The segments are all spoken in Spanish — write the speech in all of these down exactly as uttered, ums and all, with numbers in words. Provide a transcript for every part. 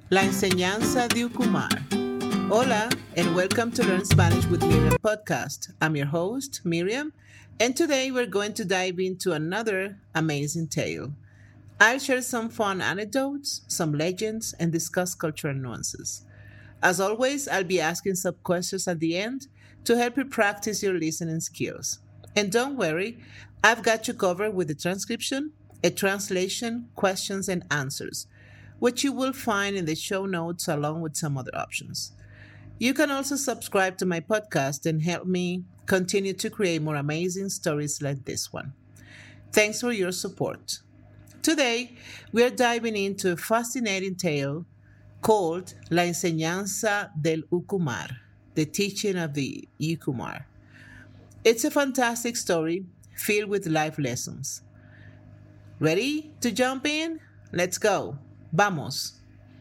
La enseñanza de Ucumar. Hola, and welcome to Learn Spanish with Miriam podcast. I'm your host, Miriam, and today we're going to dive into another amazing tale. I'll share some fun anecdotes, some legends, and discuss cultural nuances. As always, I'll be asking some questions at the end to help you practice your listening skills. And don't worry, I've got you covered with the transcription, a translation, questions, and answers, which you will find in the show notes along with some other options. You can also subscribe to my podcast and help me continue to create more amazing stories like this one. Thanks for your support. Today, we are diving into a fascinating tale called La Enseñanza del Ucumar, the teaching of the Ucumar. It's a fantastic story filled with life lessons. Ready to jump in? Let's go. Vamos.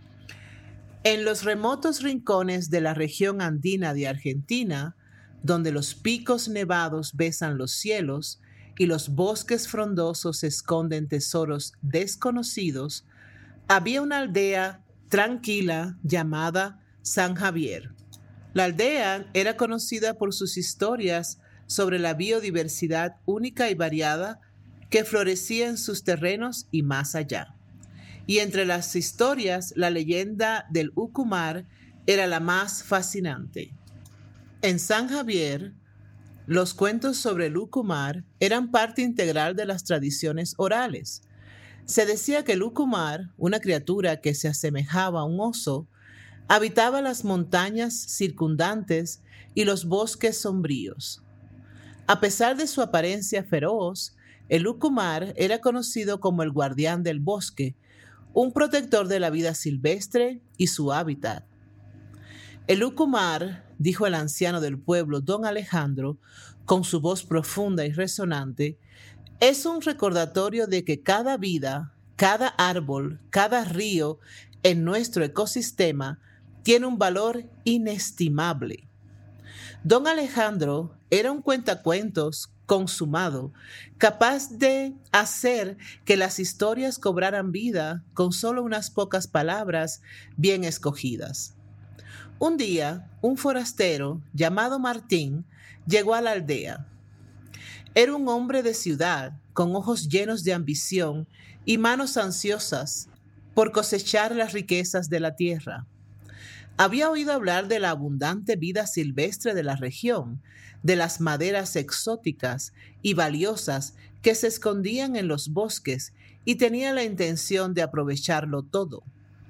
En los remotos rincones de la región andina de Argentina, donde los picos nevados besan los cielos y los bosques frondosos esconden tesoros desconocidos, había una aldea tranquila llamada San Javier. La aldea era conocida por sus historias sobre la biodiversidad única y variada que florecía en sus terrenos y más allá. Y entre las historias, la leyenda del Ucumar era la más fascinante. En San Javier, los cuentos sobre el Ucumar eran parte integral de las tradiciones orales. Se decía que el Ucumar, una criatura que se asemejaba a un oso, habitaba las montañas circundantes y los bosques sombríos. A pesar de su apariencia feroz, el Ucumar era conocido como el guardián del bosque, un protector de la vida silvestre y su hábitat. El Ucumar, dijo el anciano del pueblo, don Alejandro, con su voz profunda y resonante, es un recordatorio de que cada vida, cada árbol, cada río en nuestro ecosistema tiene un valor inestimable. Don Alejandro era un cuentacuentos consumado, capaz de hacer que las historias cobraran vida con solo unas pocas palabras bien escogidas. Un día, un forastero llamado Martín llegó a la aldea. Era un hombre de ciudad, con ojos llenos de ambición y manos ansiosas por cosechar las riquezas de la tierra. Había oído hablar de la abundante vida silvestre de la región, de las maderas exóticas y valiosas que se escondían en los bosques y tenía la intención de aprovecharlo todo.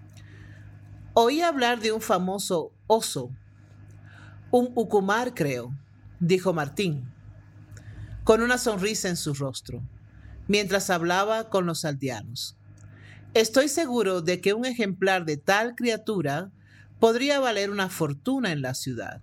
Oí hablar de un famoso oso, un ucumar creo, dijo Martín, con una sonrisa en su rostro, mientras hablaba con los aldeanos. Estoy seguro de que un ejemplar de tal criatura podría valer una fortuna en la ciudad.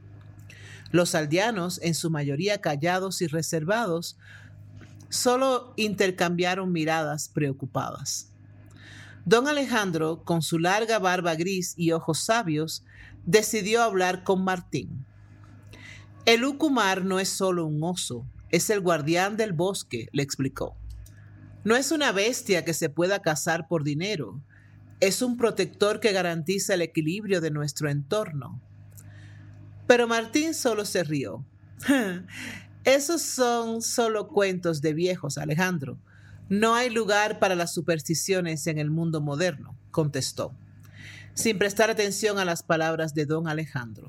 Los aldeanos, en su mayoría callados y reservados, solo intercambiaron miradas preocupadas. Don Alejandro, con su larga barba gris y ojos sabios, decidió hablar con Martín. El Ucumar no es solo un oso, es el guardián del bosque, le explicó. No es una bestia que se pueda cazar por dinero. Es un protector que garantiza el equilibrio de nuestro entorno. Pero Martín solo se rió. Esos son solo cuentos de viejos, Alejandro. No hay lugar para las supersticiones en el mundo moderno, contestó, sin prestar atención a las palabras de don Alejandro.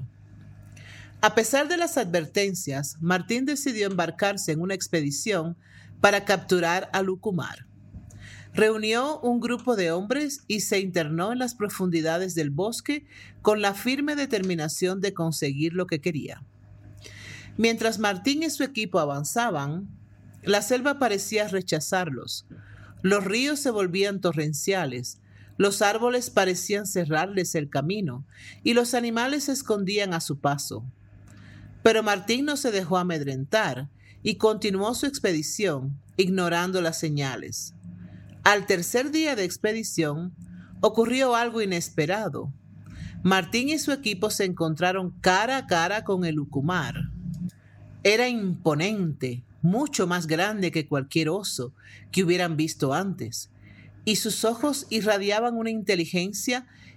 A pesar de las advertencias, Martín decidió embarcarse en una expedición para capturar al Ucumar. Reunió un grupo de hombres y se internó en las profundidades del bosque con la firme determinación de conseguir lo que quería. Mientras Martín y su equipo avanzaban, la selva parecía rechazarlos. Los ríos se volvían torrenciales, los árboles parecían cerrarles el camino y los animales se escondían a su paso. Pero Martín no se dejó amedrentar y continuó su expedición, ignorando las señales. Al tercer día de expedición, ocurrió algo inesperado. Martín y su equipo se encontraron cara a cara con el Ucumar. Era imponente, mucho más grande que cualquier oso que hubieran visto antes, y sus ojos irradiaban una inteligencia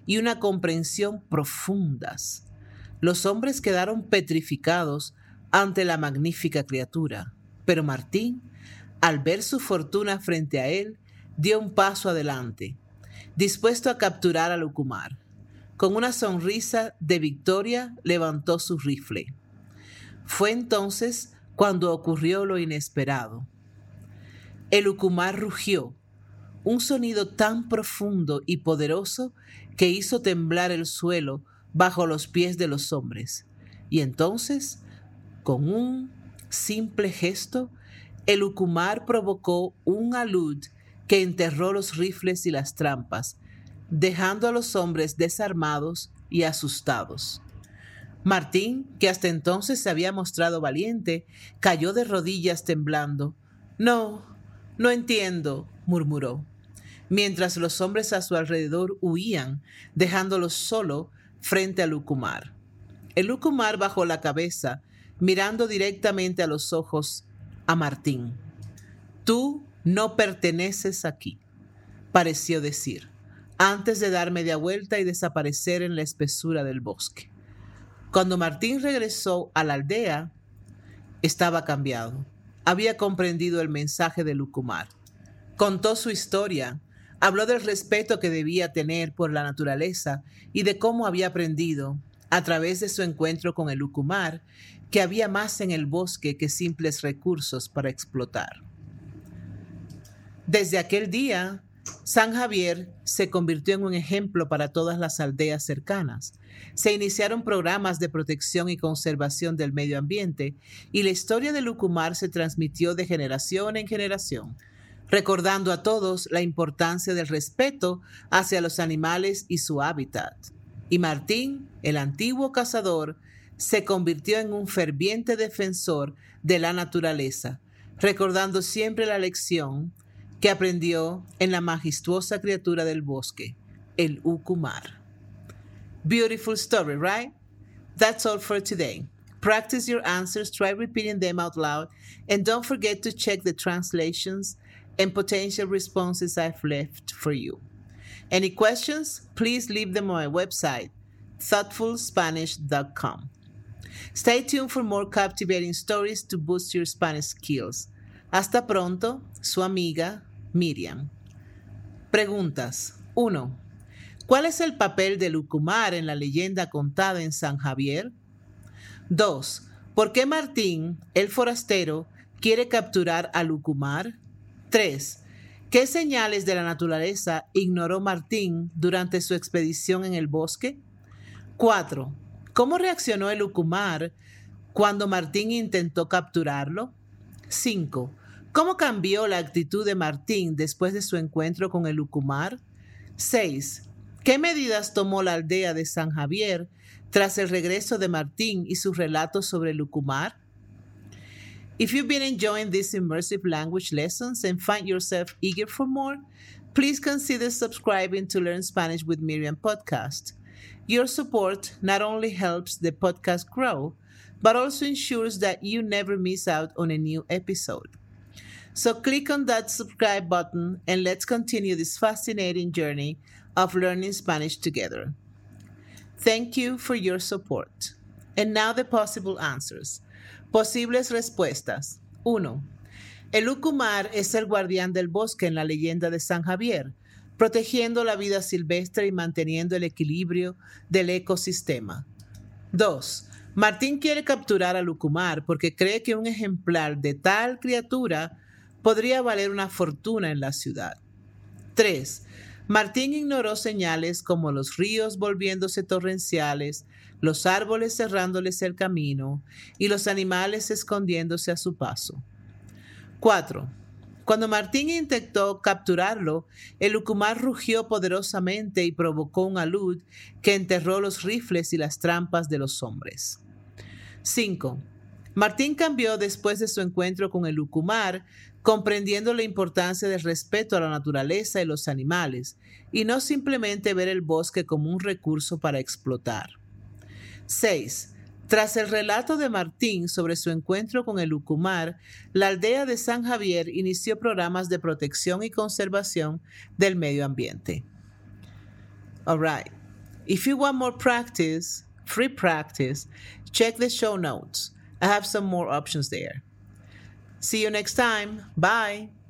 y una comprensión profundas. Los hombres quedaron petrificados ante la magnífica criatura, pero Martín, al ver su fortuna frente a él, dio un paso adelante, dispuesto a capturar a Lucumar. Con una sonrisa de victoria levantó su rifle. Fue entonces cuando ocurrió lo inesperado. El Lucumar rugió, un sonido tan profundo y poderoso que hizo temblar el suelo bajo los pies de los hombres. Y entonces, con un simple gesto, el Lucumar provocó un alud que enterró los rifles y las trampas, dejando a los hombres desarmados y asustados. Martín, que hasta entonces se había mostrado valiente, cayó de rodillas temblando. «No, no entiendo», murmuró, mientras los hombres a su alrededor huían, dejándolo solo frente a Lucumar. El Lucumar bajó la cabeza, mirando directamente a los ojos a Martín. «Tú no perteneces aquí», pareció decir, antes de dar media vuelta y desaparecer en la espesura del bosque. Cuando Martín regresó a la aldea, estaba cambiado. Había comprendido el mensaje de Lucumar. Contó su historia, habló del respeto que debía tener por la naturaleza y de cómo había aprendido, a través de su encuentro con el Lucumar, que había más en el bosque que simples recursos para explotar. Desde aquel día, San Javier se convirtió en un ejemplo para todas las aldeas cercanas. Se iniciaron programas de protección y conservación del medio ambiente y la historia de Lucumar se transmitió de generación en generación, recordando a todos la importancia del respeto hacia los animales y su hábitat. Y Martín, el antiguo cazador, se convirtió en un ferviente defensor de la naturaleza, recordando siempre la lección que aprendió en la majestuosa criatura del bosque, el Lucumar. Beautiful story, right? That's all for today. Practice your answers, try repeating them out loud, and don't forget to check the translations and potential responses I've left for you. Any questions? Please leave them on my website, thoughtful spanish dot com. Stay tuned for more captivating stories to boost your Spanish skills. Hasta pronto, su amiga Miriam. Preguntas. uno. ¿Cuál es el papel de Lucumar en la leyenda contada en San Javier? dos. ¿Por qué Martín, el forastero, quiere capturar a Lucumar? tres. ¿Qué señales de la naturaleza ignoró Martín durante su expedición en el bosque? cuatro. ¿Cómo reaccionó el Lucumar cuando Martín intentó capturarlo? cinco. ¿Cómo cambió la actitud de Martín después de su encuentro con el Lucumar? seis. ¿Qué medidas tomó la aldea de San Javier tras el regreso de Martín y sus relatos sobre el Lucumar? If you've been enjoying these immersive language lessons and find yourself eager for more, please consider subscribing to Learn Spanish with Miriam podcast. Your support not only helps the podcast grow, but also ensures that you never miss out on a new episode. So click on that subscribe button and let's continue this fascinating journey of learning Spanish together. Thank you for your support. And now the possible answers. Posibles respuestas. uno. El Lucumar es el guardián del bosque en la leyenda de San Javier, protegiendo la vida silvestre y manteniendo el equilibrio del ecosistema. dos. Martín quiere capturar a Lucumar porque cree que un ejemplar de tal criatura podría valer una fortuna en la ciudad. tres. Martín ignoró señales como los ríos volviéndose torrenciales, los árboles cerrándoles el camino y los animales escondiéndose a su paso. cuatro. Cuando Martín intentó capturarlo, el Lucumar rugió poderosamente y provocó un alud que enterró los rifles y las trampas de los hombres. cinco. Martín cambió después de su encuentro con el Lucumar, comprendiendo la importancia del respeto a la naturaleza y los animales, y no simplemente ver el bosque como un recurso para explotar. seis. Tras el relato de Martín sobre su encuentro con el Lucumar, la aldea de San Javier inició programas de protección y conservación del medio ambiente. All right. If you want more practice, free practice, check the show notes. I have some more options there. See you next time. Bye.